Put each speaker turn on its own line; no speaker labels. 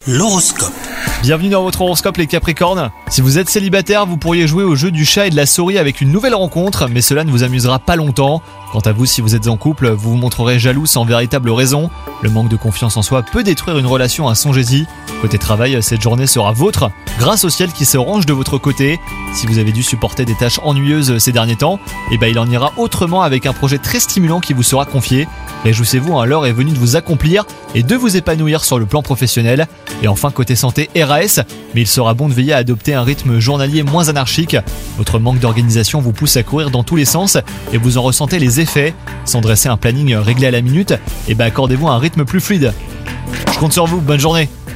L'horoscope.
Bienvenue dans votre horoscope les Capricornes. Si vous êtes célibataire, vous pourriez jouer au jeu du chat et de la souris avec une nouvelle rencontre, mais cela ne vous amusera pas longtemps. Quant à vous, si vous êtes en couple, vous vous montrerez jaloux sans véritable raison. Le manque de confiance en soi peut détruire une relation, songez-y. Côté travail, cette journée sera vôtre, grâce au ciel qui se range de votre côté. Si vous avez dû supporter des tâches ennuyeuses ces derniers temps, il en ira autrement avec un projet très stimulant qui vous sera confié. Réjouissez-vous, l'heure est venue de vous accomplir et de vous épanouir sur le plan professionnel. Et enfin, côté santé, RAS, mais il sera bon de veiller à adopter un rythme journalier moins anarchique. Votre manque d'organisation vous pousse à courir dans tous les sens et vous en ressentez les effets. Sans dresser un planning réglé à la minute, accordez-vous un rythme plus fluide. Je compte sur vous, bonne journée.